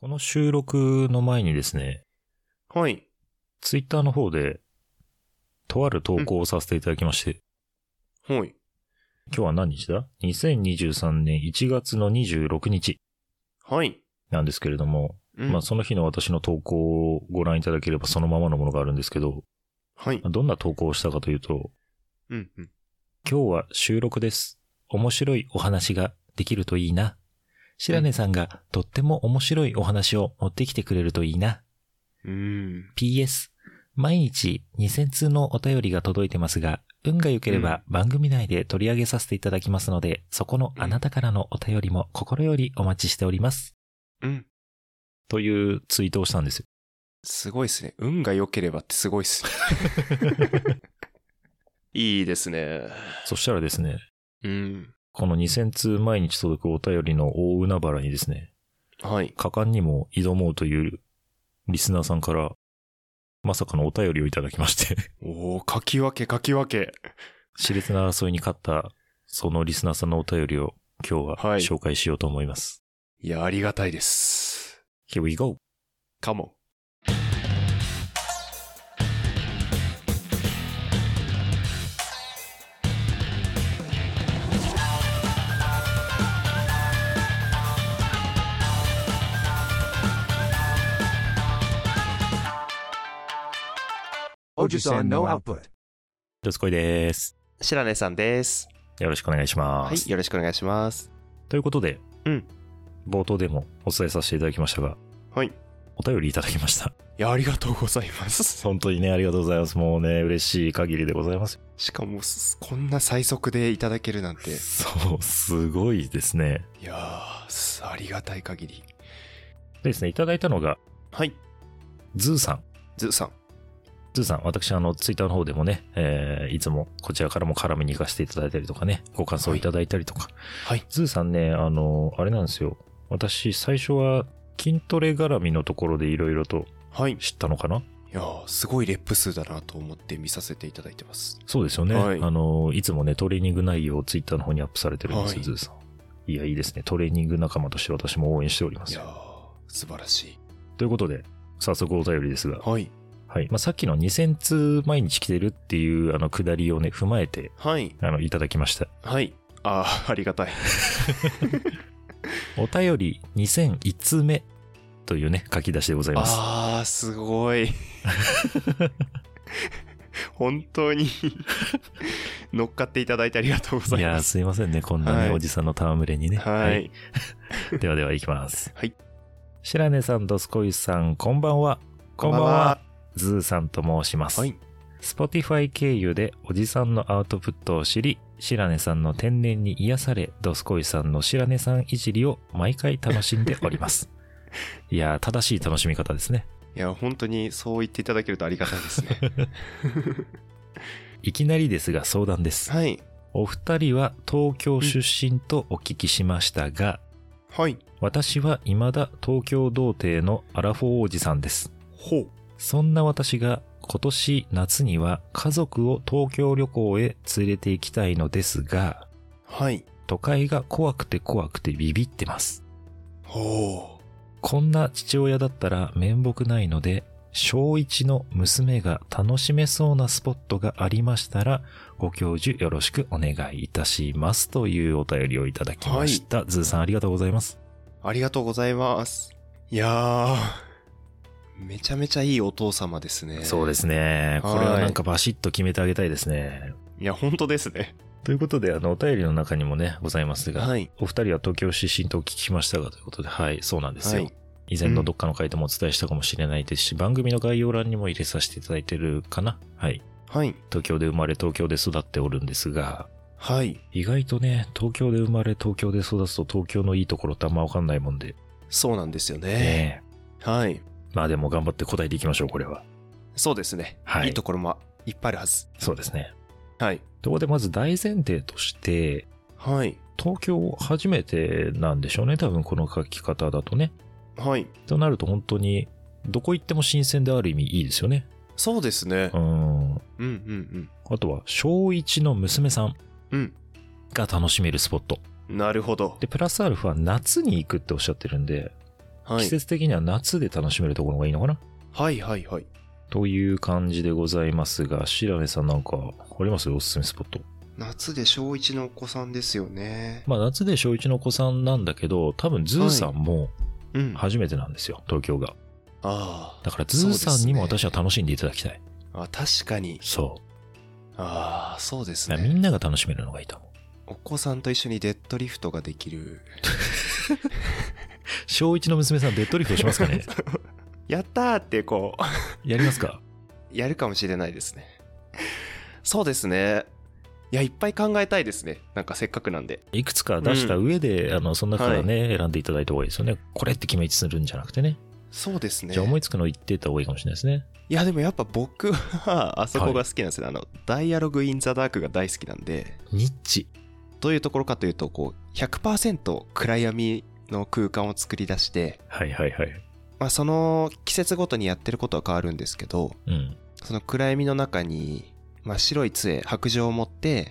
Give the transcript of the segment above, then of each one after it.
この収録の前にですね、 はい。 ツイッターの方で、とある投稿をさせていただきまして、 はい。 今日は何日だ ?2023 年1月の26日はい。 なんですけれども、まあその日の私の投稿をご覧いただければそのままのものがあるんですけど、 はい。 どんな投稿をしたかというと、 今今日は収録です。面白いお話ができるといいな。白根さんがとっても面白いお話を持ってきてくれるといいな。PS、毎日2000通のお便りが届いてますが、運が良ければ番組内で取り上げさせていただきますので、そこのあなたからのお便りも心よりお待ちしております。というツイートをしたんですよ。 すごいですね。運が良ければってすごいっす。いいですね。 そしたらですね、この2000通毎日届くお便りの大海原にですね、 はい。 果敢にも挑もうというリスナーさんからまさかのお便りをいただきましておー、かき分け。 熾烈な争いに勝ったそのリスナーさんのお便りを今日は紹介しようと思います。 いや、ありがたいです。 Here we go. Come on. おじさんのアウトプット。どすこいです。 白根さんです。 よろしくお願いします。 はい、よろしくお願いします。 ということで、冒頭でもお伝えさせていただきましたが、 はい。 お便りいただきました。 いや、ありがとうございます。 本当にね、ありがとうございます。もうね、嬉しい限りでございます。 しかも、こんな最速でいただけるなんて。 そう、すごいですね。 いやー、ありがたい限り。 でですね、いただいたのが、 はい。 ズーさん、私ツイッターの方でもね、いつもこちらからも絡みに行かせていただいたりとかね、ご感想いただいたりとか。 はい。 ズーさんね、あれなんですよ。私、最初は筋トレ絡みのところでいろいろと知ったのかな、 いやー、すごいレップ数だなと思って見させていただいてます。 そうですよね。 はい。 いつもね、トレーニング内容をツイッターの方にアップされてるんですよ、ズーさん。いや、いいですね。トレーニング仲間として私も応援しております。 いやー、素晴らしい。 ということで、早速お便りですが。 はい。 はい。まあ、さっきの2000通毎日来てるっていうくだりをね、踏まえて、 はい。 いただきました。 はい。ありがたい。 お便り2001通目というね、書き出しでございます。 すごい。本当に乗っかっていただいてありがとうございます。 いやー、すいませんね。こんなね、おじさんの戯れにね。 はい。 ではでは行きます。 はい。 白根さん、どすこいさん、こんばんは。 こんばんは。 ズーさんと申します。 はい。 Spotify 経由でおじさんのアウトプットを知り、白根さんの天然に癒され、どすこいさんの白根さんいじりを毎回楽しんでおります。いやー、正しい楽しみ方ですね。 いや、本当にそう言っていただけるとありがたいですね。 いきなりですが相談です。 はい。 お二人は東京出身とお聞きしましたが、 はい。 私は未だ東京童貞のアラフォーおじさんです。 ほう。 そんな私が今年夏には家族を東京旅行へ連れて行きたいのですが、 はい。 都会が怖くてビビってます。 ほう。 こんな父親だったら面目ないので、小1の娘が楽しめそうなスポットがありましたら、ご教授よろしくお願いいたしますというお便りをいただきました。はい、ズーさんありがとうございます。 ありがとうございます。いやー、めちゃめちゃいいお父様ですね。 そうですね。これはなんかバシッと決めてあげたいですね。 いや、本当ですね。 ということで、お便りの中にもね、ございますが、 はい、 お二人は東京出身とお聞きしましたが、ということで、はい、そうなんですよ。はい、以前のどっかの回でもお伝えしたかもしれないですし、番組の概要欄にも入れさせていただいてるかな。はい。 はい。 東京で生まれ、東京で育っておるんですが、 はい。 意外とね、東京で生まれ、東京で育つと東京のいいところってあんまわかんないもんで。 そうなんですよね。はい。 まあでも頑張って答えていきましょう、これは。 そうですね。はい。いいところもいっぱいあるはず。 そうですね。 はい。 ところでまず大前提として、 はい。 東京初めてなんでしょうね、多分この書き方だとね。 はい。 となると本当に、どこ行っても新鮮である意味いいですよね。 そうですね。 あとは、小1の娘さんが楽しめるスポット。 なるほど。 で、プラスアルファ夏に行くっておっしゃってるんで、 はい。 季節的には夏で楽しめるところがいいのかな。 はいはいはい。 という感じでございますが、白根さんなんかありますよ、おすすめスポット。 夏で小1のお子さんですよね。 まあ夏で小1のお子さんなんだけど、多分ズーさんもうん。 初めてなんですよ、東京が。 ああ。 だからズーさんにも私は楽しんでいただきたい。 あ、確かに。 そああ、そうですう。 ね。 みんなが楽しめるのがいいと思う。 お子さんと一緒にデッドリフトができる。 小1の娘さんデッドリフトしますかね。 やったーってこう。 やりますか。 やるかもしれないですね。そうですね。いや、いっぱい考えたいですね。なんかせっかくなんで。 いくつか出した上で、その中からね、選んでいただいた方がいいですよね。これって決めするんじゃなくてね。 そうですね。 じゃあ思いつくの言っていった方がいいかもしれないですね。 いや、でもやっぱ僕は、あそこが好きなんですよ。ダイアログインザダークが大好きなんで。 ニッチ。 どういうところかというと、こう、100% 暗闇の空間を作り出して、 はいはいはい。 まあ、その季節ごとにやってることは変わるんですけど、 うん。 その暗闇の中に、まあ、白い杖、白杖を持って、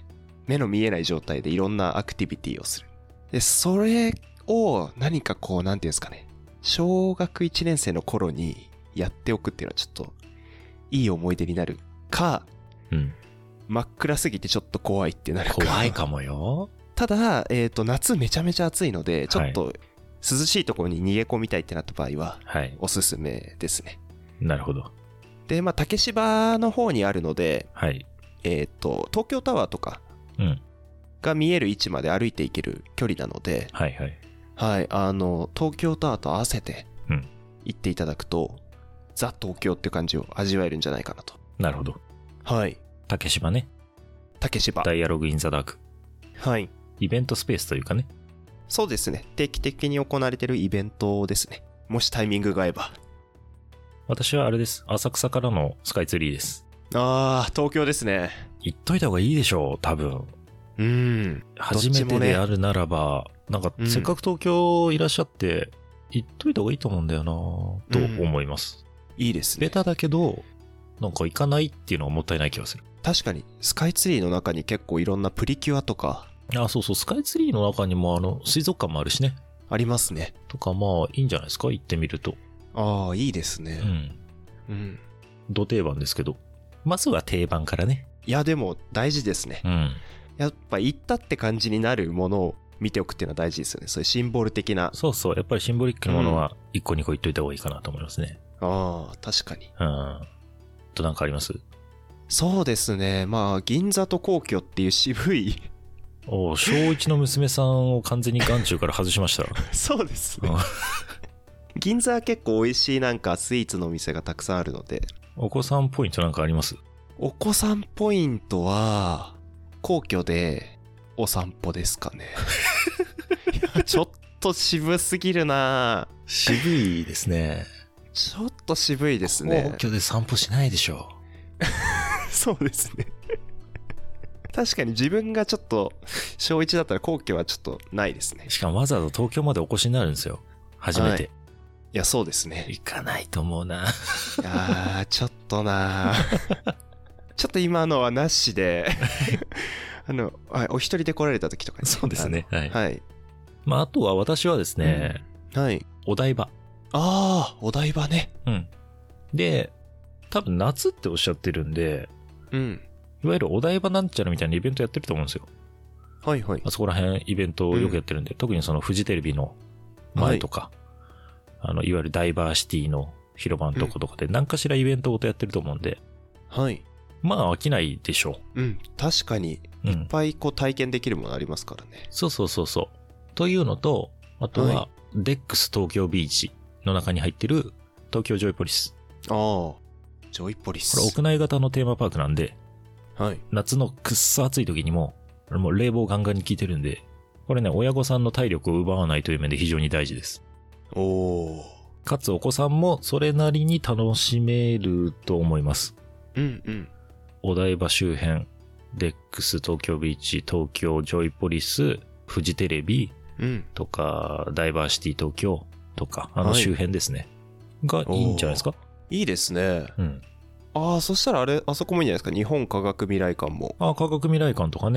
目の見えない状態でいろんなアクティビティをする。で、それを何かこう、なんていうんですかね、小学1年生の頃にやっておくっていうのはちょっと、いい思い出になるか、 うん。 真っ暗すぎてちょっと怖いってなるか。 怖いかもよ。 ただ、夏めちゃめちゃ暑いので、ちょっと涼しいところに逃げ込みたいってなった場合は、 はい。 おすすめですね。 なるほど。 で、まあ、竹芝の方にあるので、 はい。 東京タワーとかうん。 が見える位置まで歩いていける距離なので、 はいはい。 はい、東京タワーと合わせてうん。 行っていただくと、ザ東京って感じを味わえるんじゃないかなと。 なるほど。 はい。 竹芝ね。 竹芝。 ダイアログインザダーク。 はい。 イベントスペースというかね。 そうですね。定期的に行われているイベントですね。もしタイミングが合えば。 私はあれです。浅草からのスカイツリーです。 あー、東京ですね。 行っといた方がいいでしょう、多分。初めてであるならば、なんかせっかく東京いらっしゃって、行っといた方がいいと思うんだよなと思います。 いいですね。 ベタだけど、なんか行かないっていうのはもったいない気がする。 確かに、スカイツリーの中に結構いろんなプリキュアとか。 あ、そうそう、スカイツリーの中にも水族館もあるしね。 ありますね。 とか、まあ、いいんじゃないですか、行ってみると。 ああ、いいですね。 うん。ど定番ですけど。まずは定番からね。 いや、でも大事ですね。 うん。 やっぱ行ったって感じになるものを見ておくっていうのは大事ですよね。そういうシンボル的な。 そうそう、やっぱりシンボリックなものは1個2個言っといた方がいいかなと思いますね。 ああ、確かに。 うん。となんかあります？ そうですね。まあ、銀座と皇居っていう渋い。 お小1の娘さんを完全に眼中から外しました。 そうですね。銀座は結構美味しいなんかスイーツのお店がたくさんあるので。 お子さんポイントなんかあります？ お子さんポイントは、皇居でお散歩ですかね。いや、ちょっと渋すぎるな。 渋いですね。 ちょっと渋いですね。 皇居で散歩しないでしょ。 そうですね。確かに自分がちょっと小1だったら皇居はちょっとないですね。 しかもわざわざ東京までお越しになるんですよ。初めて。 はい、いや、そうですね。 行かないと思うな。 いやー、ちょっとなちょっと今のはなしでお一人で来られた時とかに。 そうですね。はい。 はい。 まあ、あとは私はですね、 はい。 お台場。 ああ、お台場ね。 うん。で、多分夏っておっしゃってるんで、 うん。 いわゆるお台場なんちゃらみたいなイベントやってると思うんですよ。 はいはい。 あそこら辺イベントをよくやってるんで、特にそのフジテレビの前とか、いわゆるダイバーシティの広場のとことかで何かしらイベントごとやってると思うんで、 はい。 まあ飽きないでしょう。うん、確かに、いっぱいこう体験できるものありますからね。 そうそうそうそう。というのと、あとは、デックス東京ビーチの中に入ってる東京ジョイポリス。 ああ、ジョイポリス。 これ屋内型のテーマパークなんで、 はい。 夏のくっそ暑い時にもう冷房ガンガンに効いてるんで、これね、親御さんの体力を奪わないという面で非常に大事です。 おー。 かつお子さんもそれなりに楽しめると思います。 うんうん。 お台場周辺、デックス東京ビーチ、東京ジョイポリス、フジテレビとか、ダイバーシティ東京とか、周辺ですね。がいいんじゃないですか？ いいですね。 うん。 ああ、そしたらあそこもいいんじゃないですか。日本科学未来館も。 科学未来館とかね。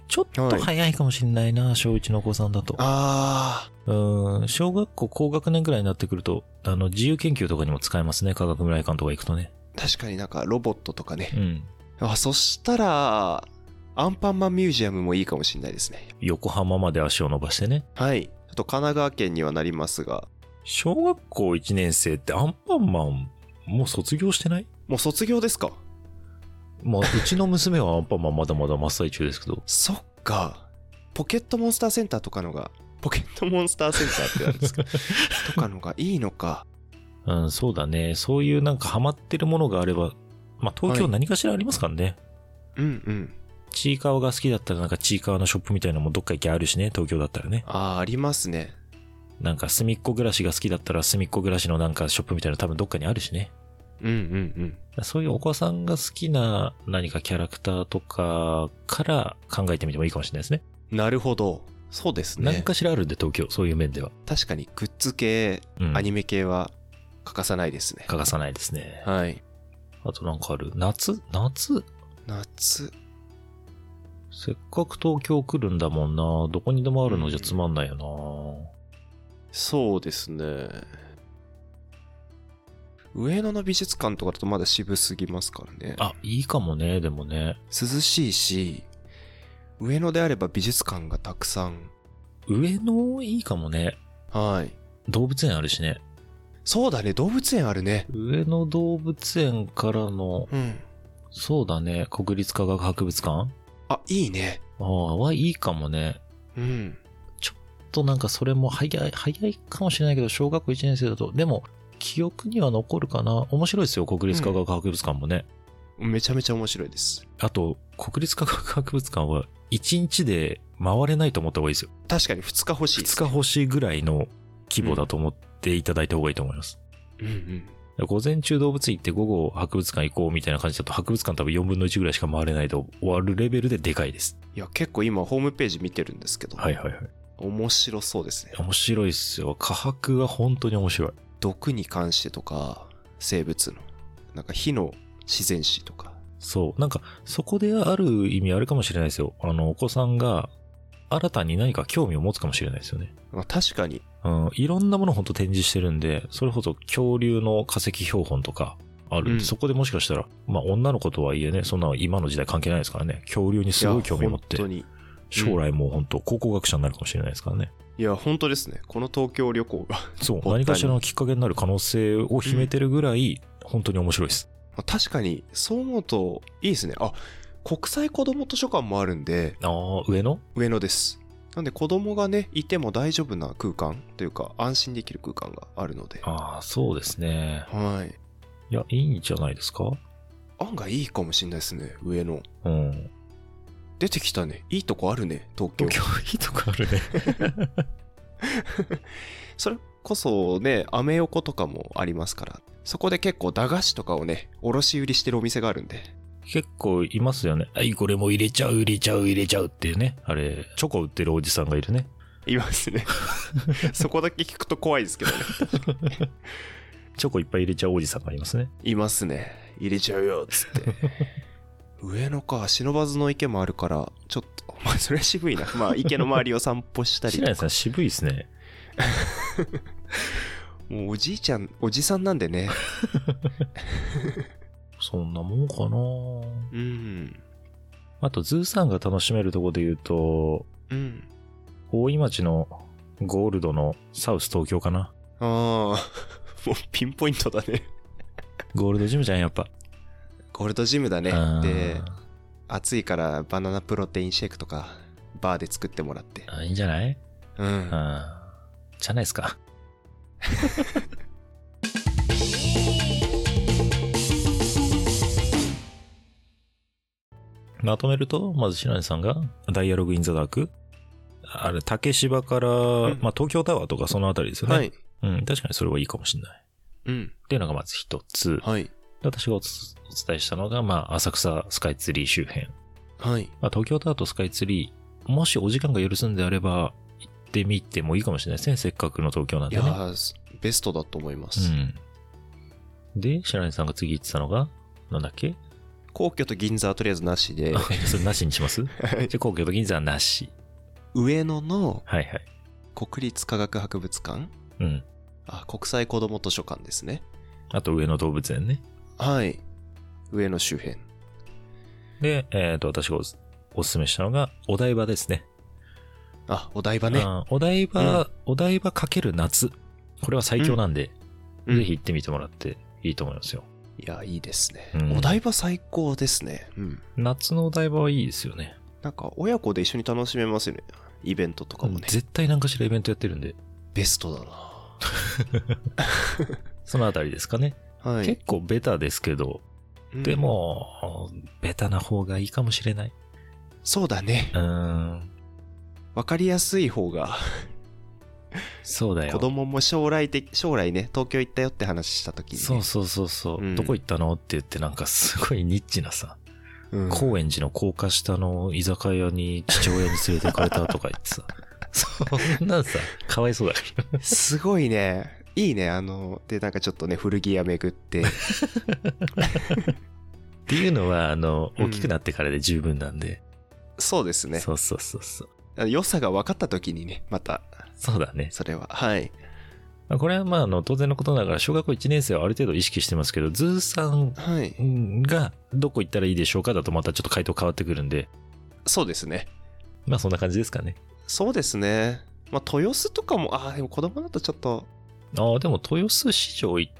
ちょっと早いかもしれないな、小1のお子さんだと。小学校高学年ぐらいになってくると、自由研究とかにも使えますね、科学未来館とか行くとね。 確かになんかロボットとかね。そしたら、アンパンマンミュージアムもいいかもしれないですね。 横浜まで足を伸ばしてね。 はい。ちょっと神奈川県にはなりますが。 小学校1年生ってアンパンマン、もう卒業してない？ もう卒業ですか？ まあ、うちの娘はアンパンマンまだまだ真っ最中ですけど。 そっか。ポケットモンスターセンターとかのが、ポケットモンスターセンターってあるんですかとかのがいいのか。 そうだね。そういうなんかハマってるものがあれば、まあ東京何かしらありますからね。ちいかわが好きだったらなんかちいかわのショップみたいなのもどっか行きゃあるしね、東京だったらね。 ありますね。 なんかすみっこ暮らしが好きだったらすみっこ暮らしのなんかショップみたいなの多分どっかにあるしね。そういうお子さんが好きな何かキャラクターとかから考えてみてもいいかもしれないですね。 なるほど。そうですね。 何かしらあるんで東京、そういう面では。 確かにグッズ系、アニメ系は欠かさないですね。 欠かさないですね。 はい。 あとなんかある？夏せっかく東京来るんだもんな。どこにでもあるのじゃつまんないよな。 そうですね。上野の美術館とかだとまだ渋すぎますからね。 いいかもね、でもね。 涼しいし、上野であれば美術館がたくさん。 上野いいかもね。 はい。 動物園あるしね。 そうだね、動物園あるね。 上野動物園からの、そうだね、国立科学博物館？ いいね。 いいかもね。ちょっとなんかそれも早いかもしれないけど、小学校1年生だと。でも、記憶には残るかな。面白いですよ、国立科学博物館もね。 めちゃめちゃ面白いです。 あと、国立科学博物館は1日で回れないと思った方がいいですよ。 確かに2日欲しいですね。 2日欲しいぐらいの規模だと思っていただいた方がいいと思います。午前中動物行って午後博物館行こうみたいな感じだと博物館多分4分の1ぐらいしか回れないと終わるレベルででかいです。 いや、結構今ホームページ見てるんですけど。面白そうですね。 面白いっすよ。科博は本当に面白い。 毒に関してとか、生物の、なんか火の自然史とか。 そう。なんか、そこである意味あるかもしれないですよ。お子さんが、新たに何か興味を持つかもしれないですよね。 確かに。 いろんなものを本当展示してるんで、それこそ恐竜の化石標本とかあるんで、そこでもしかしたら、まあ女の子とはいえね、そんな今の時代関係ないですからね。恐竜にすごい興味を持って、将来もう本当考古学者になるかもしれないですからね。 いや、本当ですね。この東京旅行が。 そう、何かしらのきっかけになる可能性を秘めてるぐらい、本当に面白いです。 確かに、そう思うと、いいですね。国際子ども図書館もあるんで。 上野です。なんで子供がね、いても大丈夫な空間というか、安心できる空間があるので。 そうですね。 はい。 いや、いいんじゃないですか？ 案外いいかもしれないですね、上野。出てきたね。いいとこあるね、東京。 いいとこあるね。 それこそね、アメ横とかもありますから、そこで結構駄菓子とかをね、卸売りしてるお店があるんで。 結構いますよね。これも入れちゃうっていうね。あれ、チョコ売ってるおじさんがいるね。 いますね。そこだけ聞くと怖いですけどね。 チョコいっぱい入れちゃうおじさんがいますね。 いますね。入れちゃうよ、つって。上野か、不忍池もあるから、ちょっと、まあそれは渋いな。まあ池の周りを散歩したりとか。 白井さん渋いですね。 もうおじさんなんでね。 そんなもんかな。あと、ズーさんが楽しめるところで言うと、大井町のゴールドのサウス東京かな。 もうピンポイントだね。 ゴールドジムじゃん、やっぱ。 ゴールドジムだね。で、暑いからバナナプロテインシェイクとか、バーで作ってもらって。 いいんじゃない？じゃないですか。まとめると、まず白根さんがダイアログインザダーク、あれ竹芝から、東京タワーとかそのあたりですよね。はい。確かにそれはいいかもしれない。っていうのがまず一つ。はい。私がお伝えしたのが、浅草スカイツリー周辺。はい。東京タワーとスカイツリー、もしお時間が許すんであれば、行ってみてもいいかもしれないですね。せっかくの東京なんでね。いやベストだと思います。 で、白根さんが次言ってたのが、なんだっけ？ 皇居と銀座はとりあえずなしでそれなしにします？じゃあ皇居と銀座はなし。 上野のはいはい。 国立科学博物館、 うん。 国際子ども図書館ですね。 あと上野動物園ね。 はい。上野周辺。 で、私がおすすめしたのが、お台場ですね。 お台場ね。 お台場かける夏。これは最強なんで、ぜひ行ってみてもらっていいと思いますよ。 いや、いいですね。 うんお台場最高ですね。うん。 夏のお台場はいいですよね。 なんか、親子で一緒に楽しめますよね。イベントとかもね。 絶対何かしらイベントやってるんで。 ベストだそのあたりですかね。 な。はい。 結構ベタですけど、でも、ベタな方がいいかもしれない。 そうだね。わかりやすい方が。 そうだよ。 子供も将来ね、東京行ったよって話した時に、ね。 そう、どこ行ったのって言ってなんかすごいニッチなさ、高円寺の高架下の居酒屋に父親に連れて行かれたとか言ってさ、そんなんさ、かわいそうだから。 すごいね。いいね。で、なんかちょっとね、古着屋巡って。 っていうのは、大きくなってからで十分なんで。 そうですね。 そう。 良さが分かった時にね、また。 そうだね。 それは。はい。 これは当然のことながら、小学校1年生はある程度意識してますけど、ズーさんがどこ行ったらいいでしょうかだとまたちょっと回答変わってくるんで。 そうですね。 そんな感じですかね。 そうですね。豊洲とかも、でも子供だとちょっと。 でも豊洲市場行って、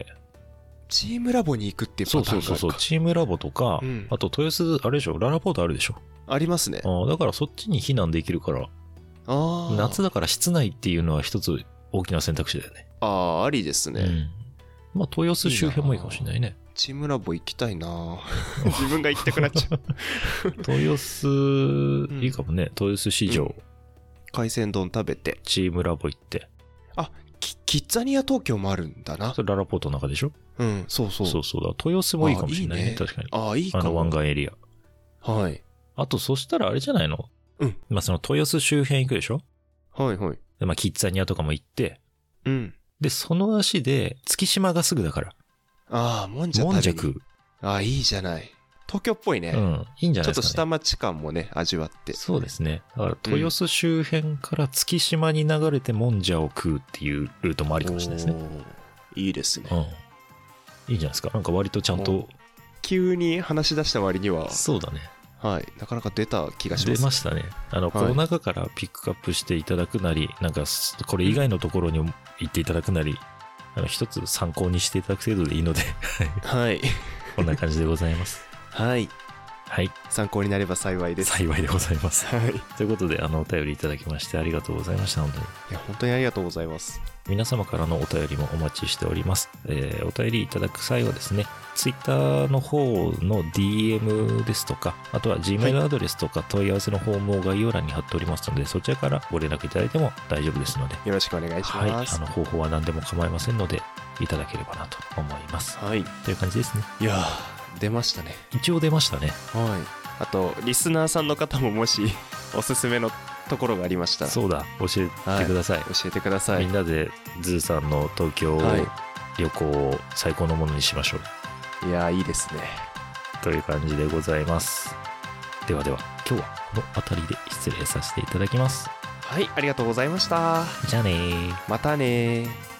チームラボに行くっていうパターンがあるか。 そう、チームラボとか、あと豊洲、あれでしょ、ララポートあるでしょ。 ありますね。 だからそっちに避難できるから、夏だから室内っていうのは一つ大きな選択肢だよね。 ありですね。 豊洲周辺もいいかもしれないね。 チームラボ行きたいな自分が行きたくなっちゃう。 豊洲、いいかもね。豊洲市場。 海鮮丼食べて。 チームラボ行って。 キッザニア東京もあるんだな。 それララポートの中でしょ？そうだ。豊洲もいいかもしれないね。確かに。 いいかも。 湾岸エリア。はい。 あと、そしたらあれじゃないの？その豊洲周辺行くでしょ？ はい。 で、キッザニアとかも行って。で、その足で、月島がすぐだから。 もんじゃ食べに。いいじゃない。東京っぽいね。 いいんじゃないですかね。 ちょっと下町感もね、味わって。 そうですね。だから豊洲周辺から月島に流れてもんじゃを食うっていうルートもありかもしれないですね。 いいですね。 いいじゃないですか。なんか割とちゃんと。 急に話し出した割には。 そうだね。 はい。なかなか出た気がします。 出ましたね。この中からピックアップしていただくなり、なんか、これ以外のところに行っていただくなり、一つ参考にしていただく程度でいいので。 はい。 こんな感じでございます。 はい。 はい。 参考になれば幸いです。 幸いでございます。 はい。 ということで、お便りいただきましてありがとうございました。本当に。 いや、本当にありがとうございます。 皆様からのお便りもお待ちしております。お便りいただく際はですね、Twitter の方の DM ですとか、あとは Gmail アドレスとか問い合わせのフォームを概要欄に貼っておりますので、そちらからご連絡いただいても大丈夫ですので。 よろしくお願いします。 はい。方法は何でも構いませんので、いただければなと思います。 はい。 という感じですね。 いやー、出ましたね。 一応出ましたね。 はい。あと、リスナーさんの方ももしおすすめのところがありましたら。 そうだ、教えてください。 教えてください。 みんなでズーさんの東京旅行を最高のものにしましょう。いやー、いいですね。 という感じでございます。ではでは、今日はこの辺りで失礼させていただきます。 はい、ありがとうございました。 じゃあねー。 またねー。